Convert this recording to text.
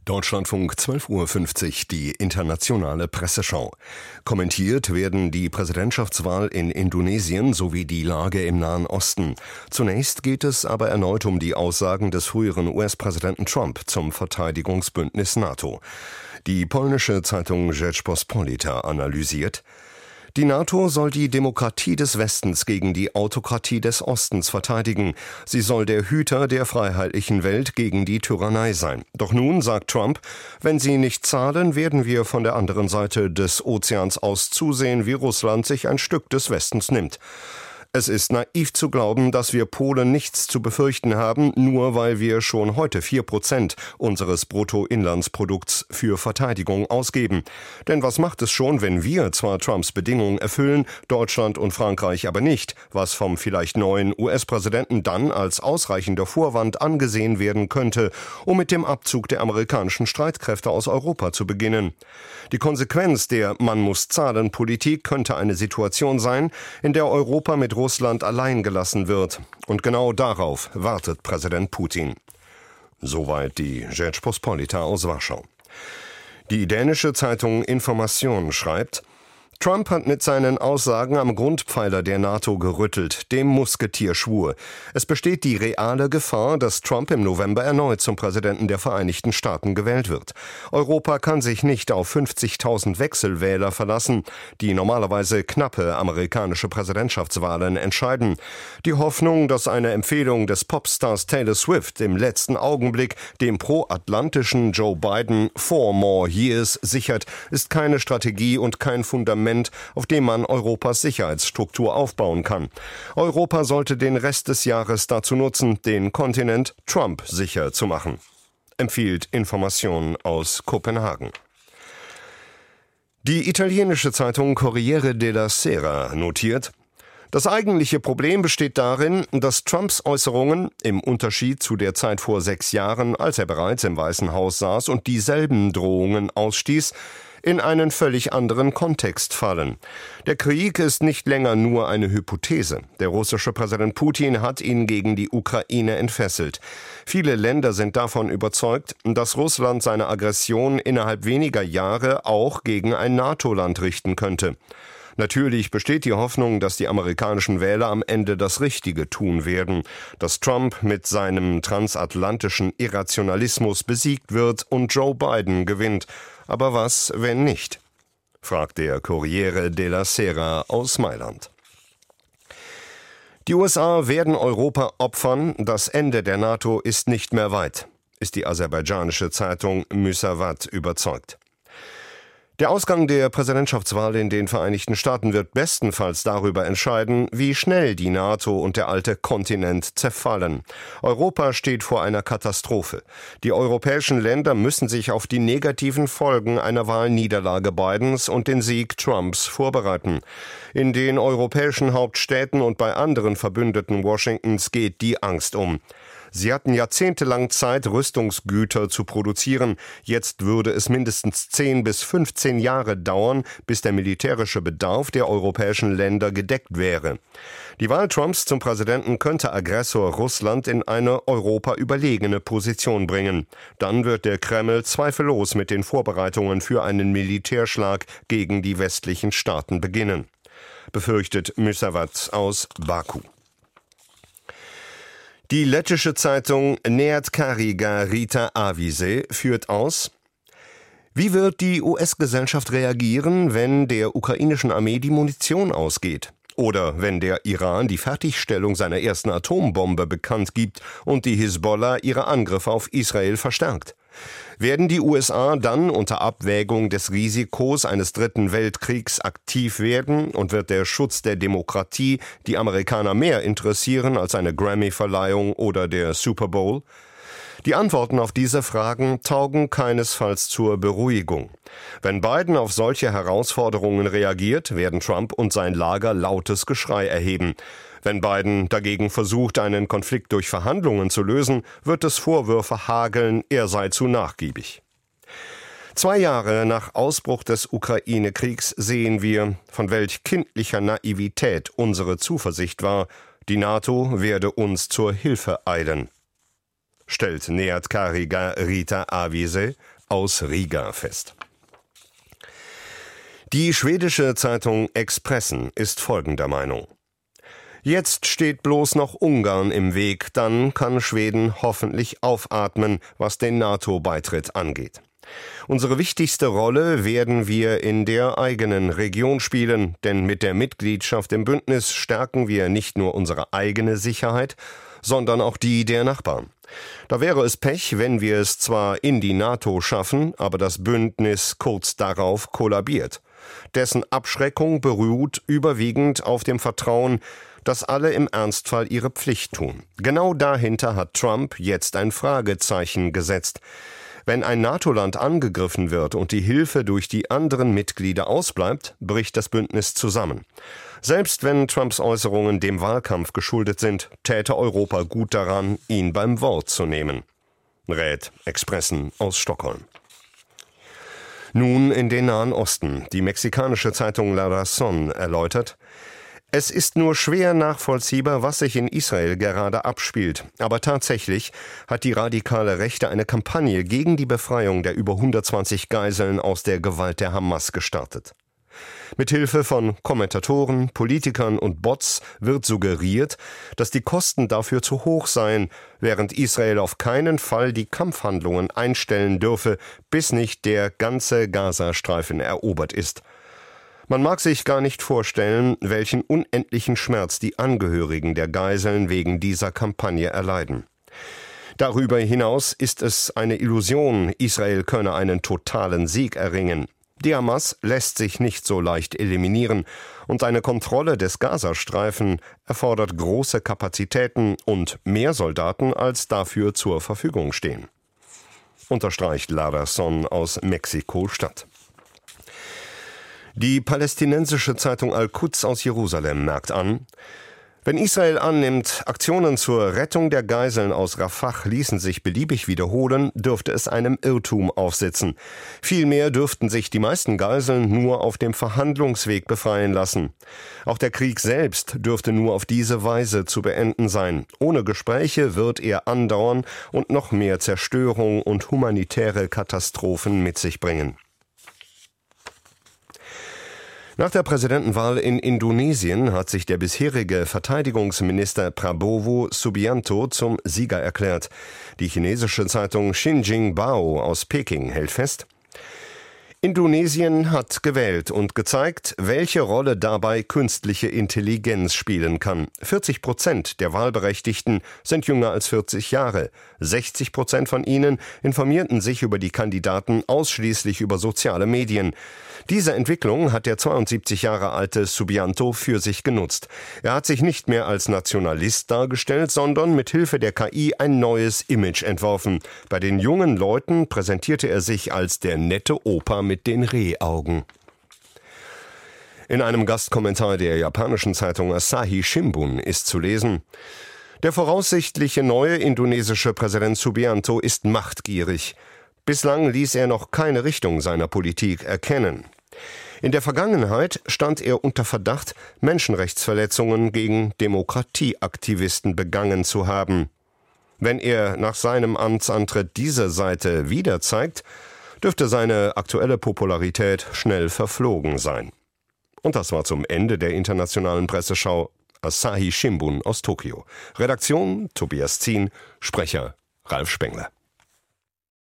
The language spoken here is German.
Deutschlandfunk 12.50 Uhr, die internationale Presseschau. Kommentiert werden die Präsidentschaftswahl in Indonesien sowie die Lage im Nahen Osten. Zunächst geht es aber erneut um die Aussagen des früheren US-Präsidenten Trump zum Verteidigungsbündnis NATO. Die polnische Zeitung Rzeczpospolita analysiert: Die NATO soll die Demokratie des Westens gegen die Autokratie des Ostens verteidigen. Sie soll der Hüter der freiheitlichen Welt gegen die Tyrannei sein. Doch nun sagt Trump, wenn sie nicht zahlen, werden wir von der anderen Seite des Ozeans aus zusehen, wie Russland sich ein Stück des Westens nimmt. Es ist naiv zu glauben, dass wir Polen nichts zu befürchten haben, nur weil wir schon heute 4% unseres Bruttoinlandsprodukts für Verteidigung ausgeben. Denn was macht es schon, wenn wir zwar Trumps Bedingungen erfüllen, Deutschland und Frankreich aber nicht, was vom vielleicht neuen US-Präsidenten dann als ausreichender Vorwand angesehen werden könnte, um mit dem Abzug der amerikanischen Streitkräfte aus Europa zu beginnen. Die Konsequenz der Man-muss-zahlen-Politik könnte eine Situation sein, in der Europa mit Russland allein gelassen wird. Und genau darauf wartet Präsident Putin. Soweit die Rzeczpospolita aus Warschau. Die dänische Zeitung Information schreibt: Trump hat mit seinen Aussagen am Grundpfeiler der NATO gerüttelt, dem Musketierschwur. Es besteht die reale Gefahr, dass Trump im November erneut zum Präsidenten der Vereinigten Staaten gewählt wird. Europa kann sich nicht auf 50.000 Wechselwähler verlassen, die normalerweise knappe amerikanische Präsidentschaftswahlen entscheiden. Die Hoffnung, dass eine Empfehlung des Popstars Taylor Swift im letzten Augenblick dem pro-atlantischen Joe Biden 4 more years sichert, ist keine Strategie und kein Fundament, auf dem man Europas Sicherheitsstruktur aufbauen kann. Europa sollte den Rest des Jahres dazu nutzen, den Kontinent Trump sicher zu machen, empfiehlt Information aus Kopenhagen. Die italienische Zeitung Corriere della Sera notiert: Das eigentliche Problem besteht darin, dass Trumps Äußerungen, im Unterschied zu der Zeit vor 6 Jahren, als er bereits im Weißen Haus saß und dieselben Drohungen ausstieß, in einen völlig anderen Kontext fallen. Der Krieg ist nicht länger nur eine Hypothese. Der russische Präsident Putin hat ihn gegen die Ukraine entfesselt. Viele Länder sind davon überzeugt, dass Russland seine Aggression innerhalb weniger Jahre auch gegen ein NATO-Land richten könnte. Natürlich besteht die Hoffnung, dass die amerikanischen Wähler am Ende das Richtige tun werden, dass Trump mit seinem transatlantischen Irrationalismus besiegt wird und Joe Biden gewinnt. Aber was, wenn nicht? Fragt der Corriere della Sera aus Mailand. Die USA werden Europa opfern, das Ende der NATO ist nicht mehr weit, ist die aserbaidschanische Zeitung Müsavat überzeugt. Der Ausgang der Präsidentschaftswahl in den Vereinigten Staaten wird bestenfalls darüber entscheiden, wie schnell die NATO und der alte Kontinent zerfallen. Europa steht vor einer Katastrophe. Die europäischen Länder müssen sich auf die negativen Folgen einer Wahlniederlage Bidens und den Sieg Trumps vorbereiten. In den europäischen Hauptstädten und bei anderen Verbündeten Washingtons geht die Angst um. Sie hatten jahrzehntelang Zeit, Rüstungsgüter zu produzieren. Jetzt würde es mindestens 10 bis 15 Jahre dauern, bis der militärische Bedarf der europäischen Länder gedeckt wäre. Die Wahl Trumps zum Präsidenten könnte Aggressor Russland in eine Europa überlegene Position bringen. Dann wird der Kreml zweifellos mit den Vorbereitungen für einen Militärschlag gegen die westlichen Staaten beginnen, befürchtet Müsavat aus Baku. Die lettische Zeitung Neatkarīga Rīta avīze führt aus: Wie wird die US-Gesellschaft reagieren, wenn der ukrainischen Armee die Munition ausgeht? Oder wenn der Iran die Fertigstellung seiner ersten Atombombe bekannt gibt und die Hisbollah ihre Angriffe auf Israel verstärkt? Werden die USA dann unter Abwägung des Risikos eines dritten Weltkriegs aktiv werden und wird der Schutz der Demokratie die Amerikaner mehr interessieren als eine Grammy-Verleihung oder der Super Bowl? Die Antworten auf diese Fragen taugen keinesfalls zur Beruhigung. Wenn Biden auf solche Herausforderungen reagiert, werden Trump und sein Lager lautes Geschrei erheben. Wenn Biden dagegen versucht, einen Konflikt durch Verhandlungen zu lösen, wird es Vorwürfe hageln, er sei zu nachgiebig. 2 Jahre nach Ausbruch des Ukraine-Kriegs sehen wir, von welch kindlicher Naivität unsere Zuversicht war, die NATO werde uns zur Hilfe eilen. stellt Neatkarīga Rīta avīze aus Riga fest. Die schwedische Zeitung Expressen ist folgender Meinung: Jetzt steht bloß noch Ungarn im Weg, dann kann Schweden hoffentlich aufatmen, was den NATO-Beitritt angeht. Unsere wichtigste Rolle werden wir in der eigenen Region spielen, denn mit der Mitgliedschaft im Bündnis stärken wir nicht nur unsere eigene Sicherheit, sondern auch die der Nachbarn. Da wäre es Pech, wenn wir es zwar in die NATO schaffen, aber das Bündnis kurz darauf kollabiert. Dessen Abschreckung beruht überwiegend auf dem Vertrauen, dass alle im Ernstfall ihre Pflicht tun. Genau dahinter hat Trump jetzt ein Fragezeichen gesetzt. Wenn ein NATO-Land angegriffen wird und die Hilfe durch die anderen Mitglieder ausbleibt, bricht das Bündnis zusammen. Selbst wenn Trumps Äußerungen dem Wahlkampf geschuldet sind, täte Europa gut daran, ihn beim Wort zu nehmen. Rät Expressen aus Stockholm. Nun in den Nahen Osten. Die mexikanische Zeitung La Razón erläutert: Es ist nur schwer nachvollziehbar, was sich in Israel gerade abspielt. Aber tatsächlich hat die radikale Rechte eine Kampagne gegen die Befreiung der über 120 Geiseln aus der Gewalt der Hamas gestartet. Mithilfe von Kommentatoren, Politikern und Bots wird suggeriert, dass die Kosten dafür zu hoch seien, während Israel auf keinen Fall die Kampfhandlungen einstellen dürfe, bis nicht der ganze Gazastreifen erobert ist. Man mag sich gar nicht vorstellen, welchen unendlichen Schmerz die Angehörigen der Geiseln wegen dieser Kampagne erleiden. Darüber hinaus ist es eine Illusion, Israel könne einen totalen Sieg erringen. Die Hamas lässt sich nicht so leicht eliminieren und eine Kontrolle des Gazastreifen erfordert große Kapazitäten und mehr Soldaten, als dafür zur Verfügung stehen. Unterstreicht La Razón aus Mexiko-Stadt. Die palästinensische Zeitung Al-Quds aus Jerusalem merkt an: Wenn Israel annimmt, Aktionen zur Rettung der Geiseln aus Rafah ließen sich beliebig wiederholen, dürfte es einem Irrtum aufsitzen. Vielmehr dürften sich die meisten Geiseln nur auf dem Verhandlungsweg befreien lassen. Auch der Krieg selbst dürfte nur auf diese Weise zu beenden sein. Ohne Gespräche wird er andauern und noch mehr Zerstörung und humanitäre Katastrophen mit sich bringen. Nach der Präsidentenwahl in Indonesien hat sich der bisherige Verteidigungsminister Prabowo Subianto zum Sieger erklärt. Die chinesische Zeitung Xinjiang Bao aus Peking hält fest: Indonesien hat gewählt und gezeigt, welche Rolle dabei künstliche Intelligenz spielen kann. 40% der Wahlberechtigten sind jünger als 40 Jahre. 60% von ihnen informierten sich über die Kandidaten ausschließlich über soziale Medien. Diese Entwicklung hat der 72 Jahre alte Subianto für sich genutzt. Er hat sich nicht mehr als Nationalist dargestellt, sondern mit Hilfe der KI ein neues Image entworfen. Bei den jungen Leuten präsentierte er sich als der nette Opa mit den Rehaugen. In einem Gastkommentar der japanischen Zeitung Asahi Shimbun ist zu lesen: Der voraussichtliche neue indonesische Präsident Subianto ist machtgierig. Bislang ließ er noch keine Richtung seiner Politik erkennen. In der Vergangenheit stand er unter Verdacht, Menschenrechtsverletzungen gegen Demokratieaktivisten begangen zu haben. Wenn er nach seinem Amtsantritt diese Seite wieder zeigt, dürfte seine aktuelle Popularität schnell verflogen sein. Und das war zum Ende der internationalen Presseschau. Asahi Shimbun aus Tokio. Redaktion Tobias Zien, Sprecher Ralf Spengler.